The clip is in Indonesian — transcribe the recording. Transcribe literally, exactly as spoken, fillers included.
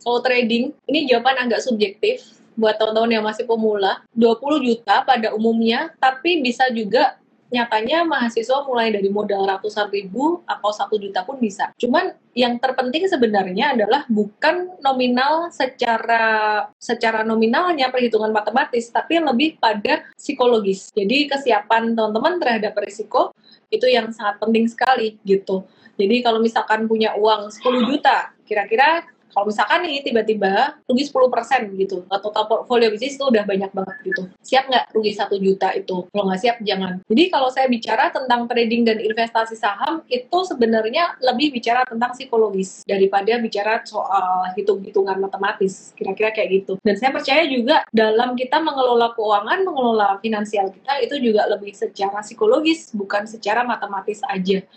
Kalau trading, ini jawaban agak subjektif buat teman-teman yang masih pemula. dua puluh juta pada umumnya, tapi bisa juga nyatanya mahasiswa mulai dari modal ratusan ribu atau satu juta pun bisa. Cuman yang terpenting sebenarnya adalah bukan nominal secara secara nominalnya perhitungan matematis, tapi lebih pada psikologis. Jadi kesiapan teman-teman terhadap risiko itu yang sangat penting sekali gitu. Jadi kalau misalkan punya uang sepuluh juta, kira-kira kalau misalkan nih tiba-tiba rugi sepuluh persen gitu, total portfolio bisnis itu udah banyak banget gitu. Siap nggak rugi satu juta itu? Kalau nggak siap, jangan. Jadi kalau saya bicara tentang trading dan investasi saham, itu sebenarnya lebih bicara tentang psikologis daripada bicara soal hitung-hitungan matematis. Kira-kira kayak gitu. Dan saya percaya juga dalam kita mengelola keuangan, mengelola finansial kita, itu juga lebih secara psikologis, bukan secara matematis aja.